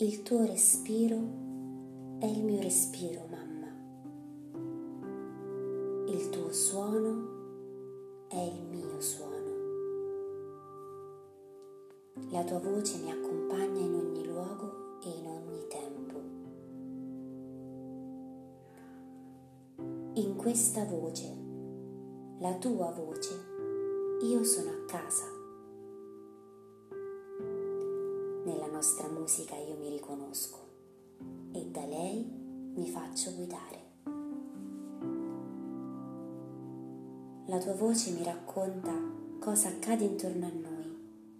Il tuo respiro è il mio respiro, mamma. Il tuo suono è il mio suono. La tua voce mi accompagna in ogni luogo e in ogni tempo. In questa voce, la tua voce, io sono a casa. Nella nostra musica io mi riconosco e da lei mi faccio guidare. La tua voce mi racconta cosa accade intorno a noi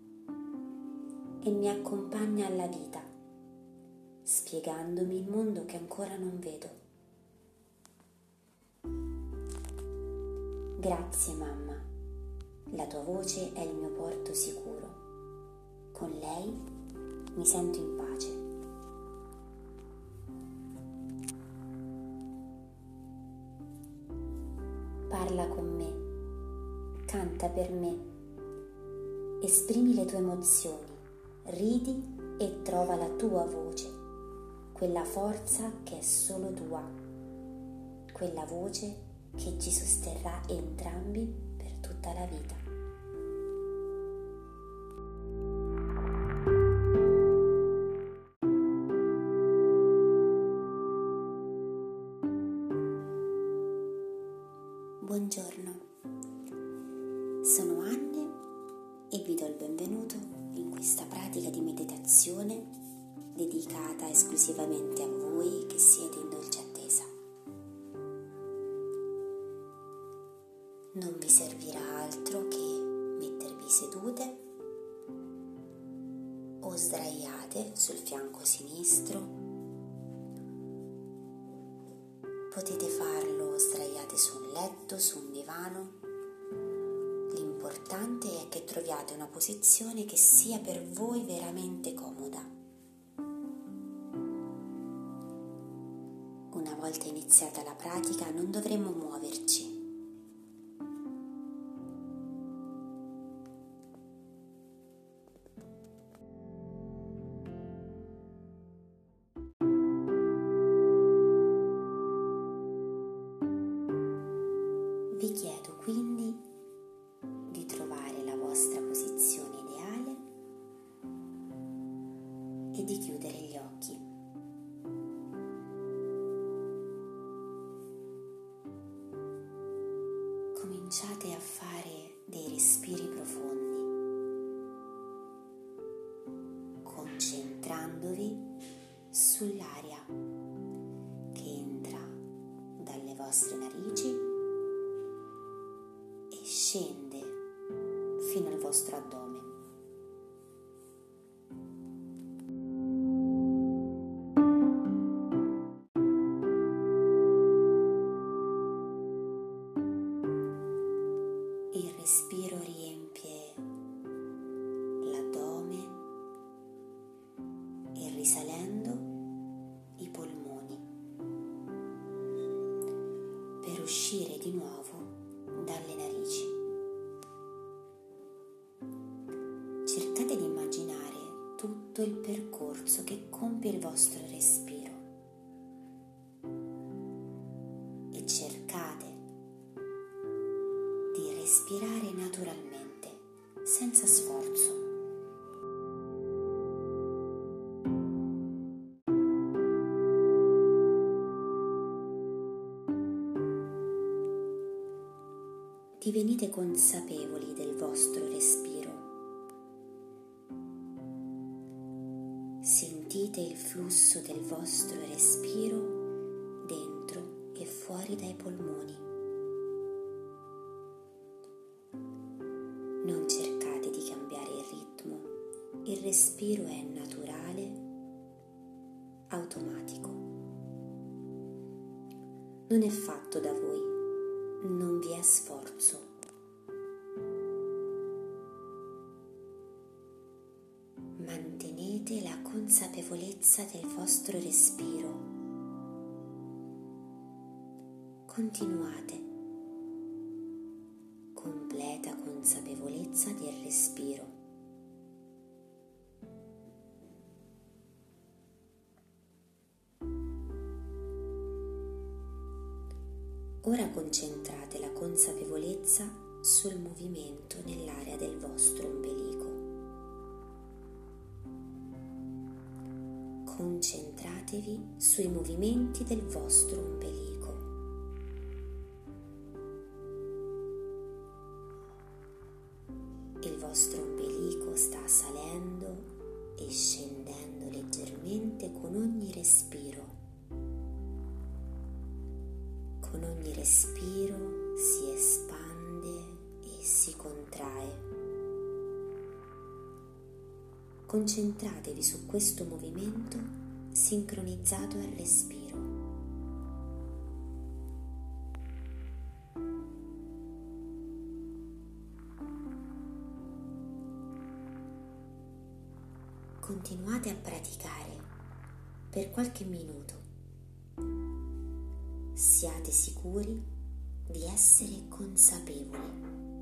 e mi accompagna alla vita, spiegandomi il mondo che ancora non vedo. Grazie mamma, la tua voce è il mio porto sicuro. Con lei mi sento in pace. Parla con me, canta per me, esprimi le tue emozioni, ridi e trova la tua voce, quella forza che è solo tua, quella voce che ci sosterrà entrambi per tutta la vita. Buongiorno, sono Anne e vi do il benvenuto in questa pratica di meditazione dedicata esclusivamente a voi che siete in dolce attesa. Non vi servirà altro che mettervi sedute o sdraiate sul fianco sinistro. Potete farlo sdraiate su un letto, su un divano. L'importante è che troviate una posizione che sia per voi veramente comoda. Una volta iniziata la pratica non dovremo muoverci. Vi chiedo quindi di trovare la vostra posizione ideale e di chiudere gli occhi. Cominciate a fare dei respiri profondi, concentrandovi sull'aria che entra dalle vostre narici e scende fino al vostro addome. Il respiro riempie l'addome e risalendo i polmoni per uscire di nuovo dalle narici. Cercate di immaginare tutto il percorso che compie il vostro respiro e cercate di respirare naturalmente, senza sforzo. Divenite consapevoli del vostro respiro. Sentite il flusso del vostro respiro dentro e fuori dai polmoni. Non cercate di cambiare il ritmo, il respiro è naturale, automatico. Non è fatto da voi, non vi è sforzo. Mantenete la consapevolezza del vostro respiro. Continuate. Completa consapevolezza del respiro. Ora concentrate la consapevolezza sul movimento nell'area del vostro ombelico. Concentratevi sui movimenti del vostro ombelico. Il vostro ombelico sta salendo e scendendo leggermente con ogni respiro. Con ogni respiro si espande e si contrae. Concentratevi su questo movimento sincronizzato al respiro. Continuate a praticare per qualche minuto. Siate sicuri di essere consapevoli.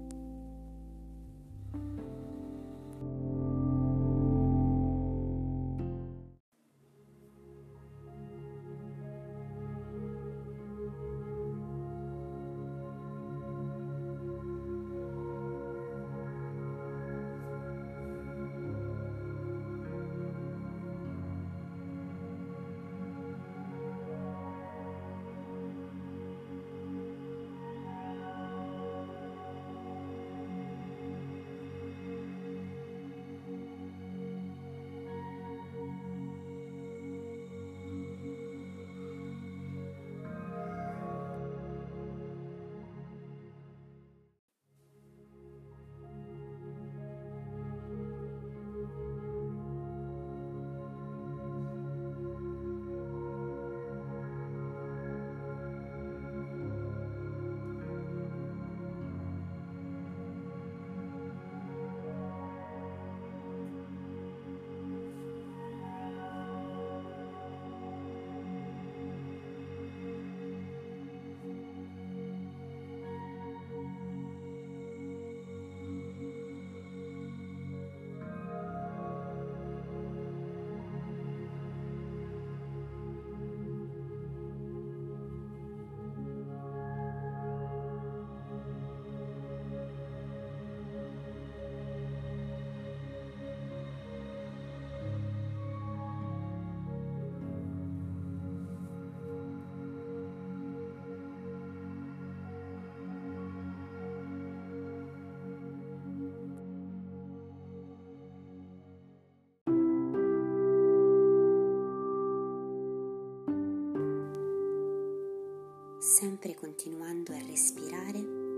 Sempre continuando a respirare,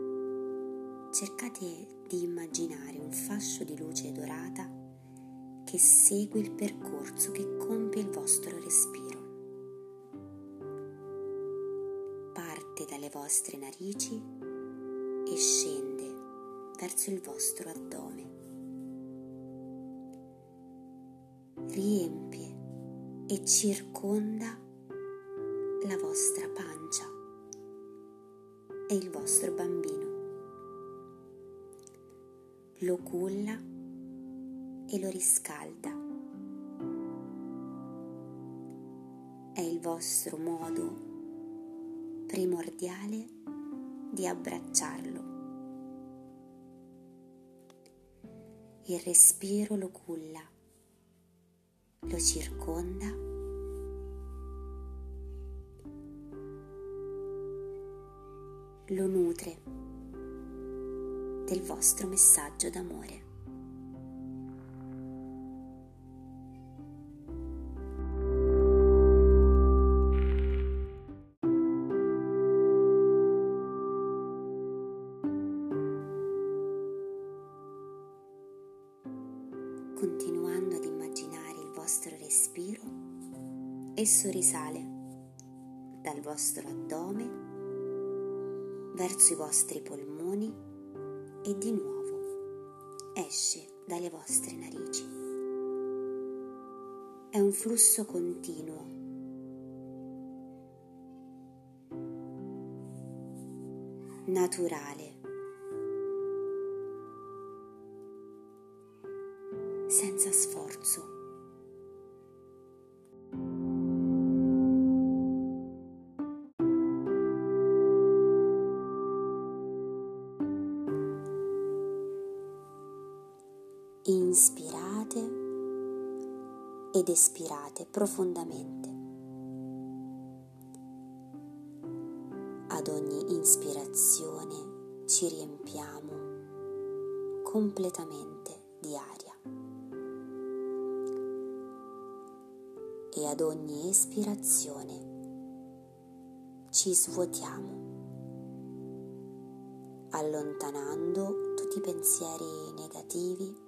cercate di immaginare un fascio di luce dorata che segue il percorso che compie il vostro respiro. Parte dalle vostre narici e scende verso il vostro addome. Riempie e circonda la vostra pancia e il vostro bambino. Lo culla e lo riscalda. È il vostro modo primordiale di abbracciarlo. Il respiro lo culla, lo circonda lo nutre del vostro messaggio d'amore. Continuando ad immaginare il vostro respiro, esso risale dal vostro addome verso i vostri polmoni e di nuovo esce dalle vostre narici. È un flusso continuo, naturale, senza sforzo. Inspirate ed espirate profondamente. Ad ogni ispirazione ci riempiamo completamente di aria e ad ogni espirazione ci svuotiamo, allontanando tutti i pensieri negativi,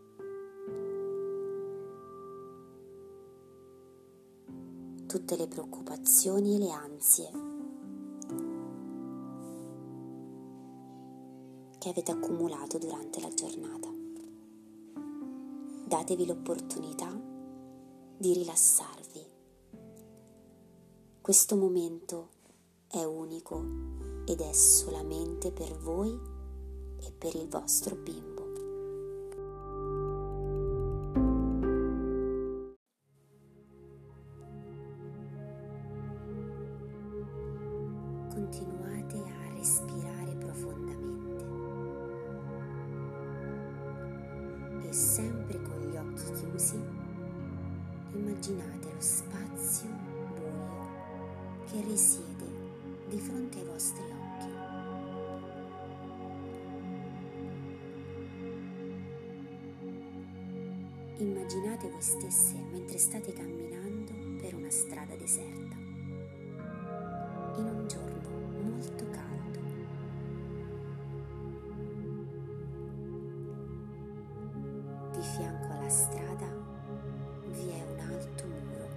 tutte le preoccupazioni e le ansie che avete accumulato durante la giornata. Datevi l'opportunità di rilassarvi. Questo momento è unico ed è solamente per voi e per il vostro bimbo. Continuate a respirare profondamente e sempre con gli occhi chiusi immaginate lo spazio buio che risiede di fronte ai vostri occhi. Immaginate voi stesse mentre state camminando per una strada deserta, in un giorno molto caldo. Di fianco alla strada vi è un alto muro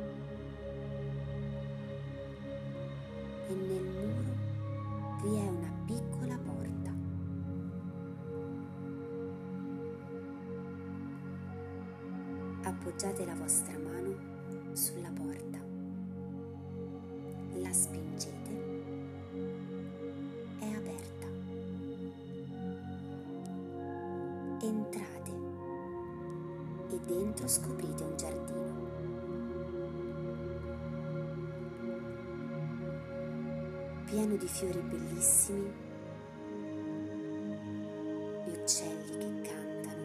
e nel muro vi è una piccola porta. Appoggiate la vostra mano sulla porta, la spingete, è aperta. Entrate e dentro scoprite un giardino. Pieno di fiori bellissimi, gli uccelli che cantano,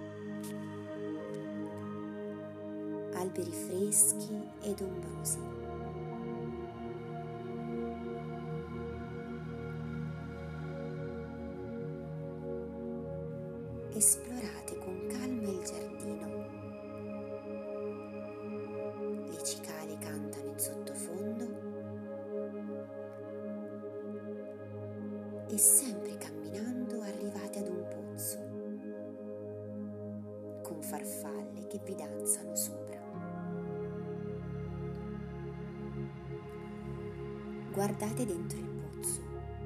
alberi freschi ed ombrosi. Esplorate con calma il giardino. Le cicale cantano in sottofondo e sempre camminando arrivate ad un pozzo con farfalle che vi danzano sopra. Guardate dentro il pozzo.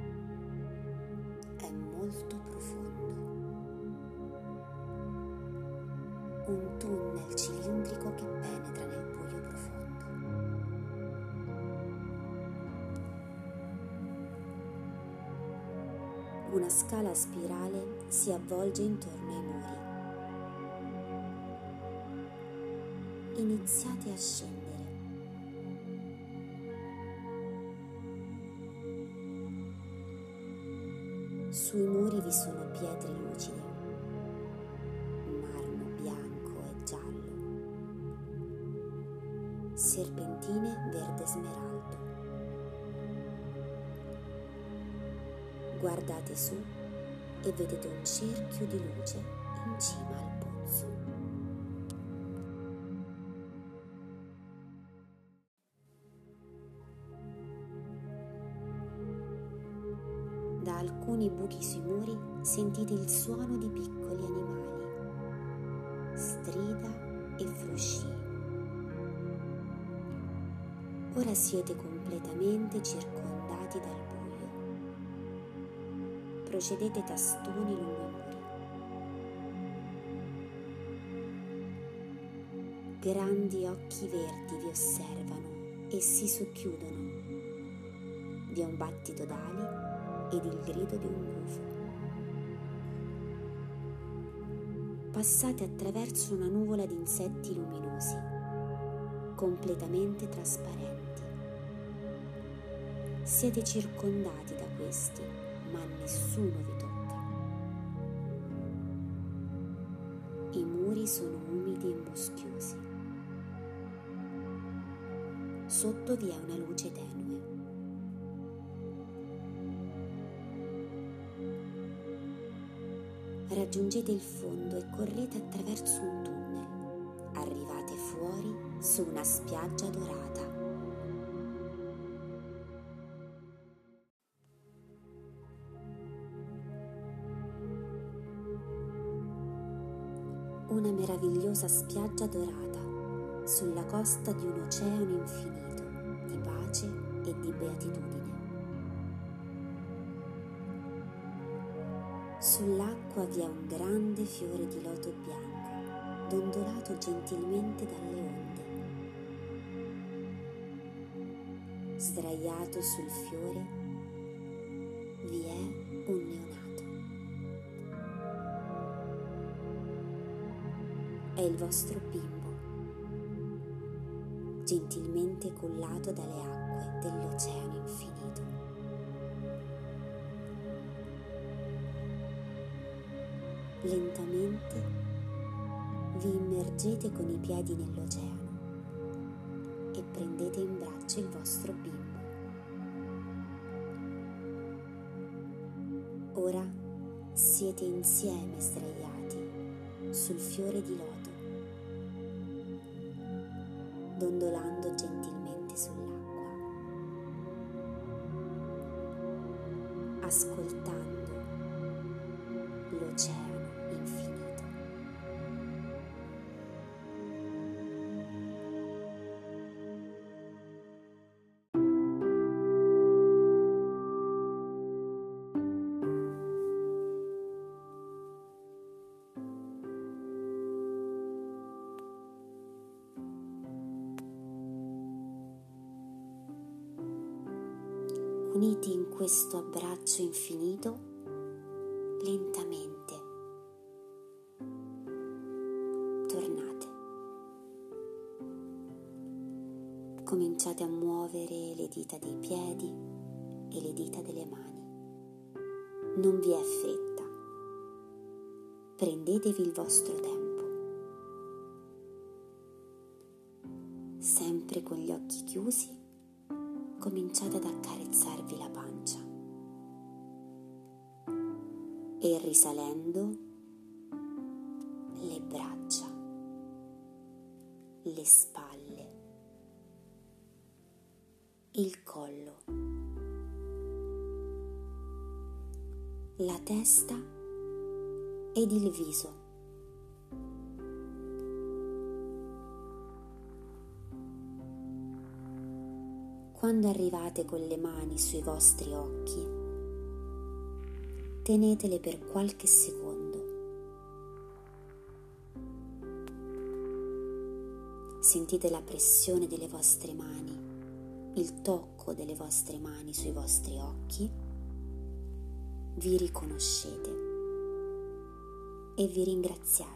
È molto profondo. Un tunnel cilindrico che penetra nel buio profondo. Una scala a spirale si avvolge intorno ai muri. Iniziate a scendere. Sui muri vi sono pietre lucide, marmo bianco e giallo, serpentine verde smeraldo. Guardate su e vedete un cerchio di luce in cima al pozzo. Da alcuni buchi sui muri sentite il suono di piccoli animali, strida e frusci. Ora siete completamente circondati dal buio. Procedete tastoni lungo i muri. Grandi occhi verdi vi osservano e si socchiudono. Vi è un battito d'ali ed il grido di un gufo. Passate attraverso una nuvola di insetti luminosi, completamente trasparenti. Siete circondati da questi, ma nessuno vi tocca. alberi sono umidi e moschiosi. Sotto vi è una luce tenue. Raggiungete il fondo e correte attraverso un tunnel. Arrivate fuori su una spiaggia dorata. Una meravigliosa spiaggia dorata sulla costa di un oceano infinito di pace e di beatitudine. Sull'acqua vi è un grande fiore di loto bianco, dondolato gentilmente dalle onde. Sdraiato sul fiore vi è un neonato. È il vostro bimbo, gentilmente cullato dalle acque dell'oceano infinito. Lentamente vi immergete con i piedi nell'oceano e prendete in braccio il vostro bimbo. Ora siete insieme sdraiati sul fiore di loto, dondolando gentilmente sull'acqua, ascoltando l'oceano infinito. Uniti in questo abbraccio infinito, lentamente tornate. Cominciate a muovere le dita dei piedi e le dita delle mani. Non vi è fretta. Prendetevi il vostro tempo. Sempre con gli occhi chiusi, cominciate ad accarezzarvi la pancia e risalendo le braccia, le spalle, il collo, la testa ed il viso. Quando arrivate con le mani sui vostri occhi, tenetele per qualche secondo. Sentite la pressione delle vostre mani, il tocco delle vostre mani sui vostri occhi, vi riconoscete e vi ringraziate.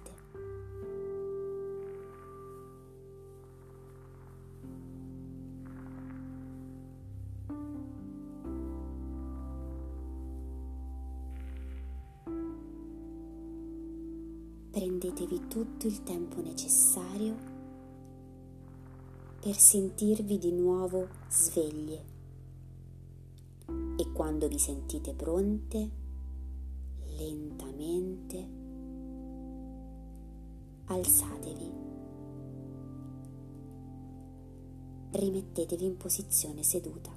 Prendetevi tutto il tempo necessario per sentirvi di nuovo sveglie e quando vi sentite pronte, lentamente alzatevi, rimettetevi in posizione seduta.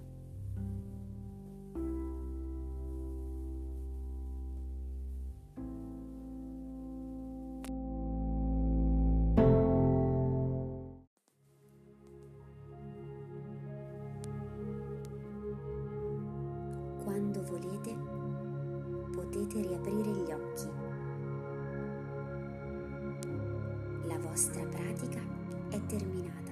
Quando volete, potete riaprire gli occhi. La vostra pratica è terminata.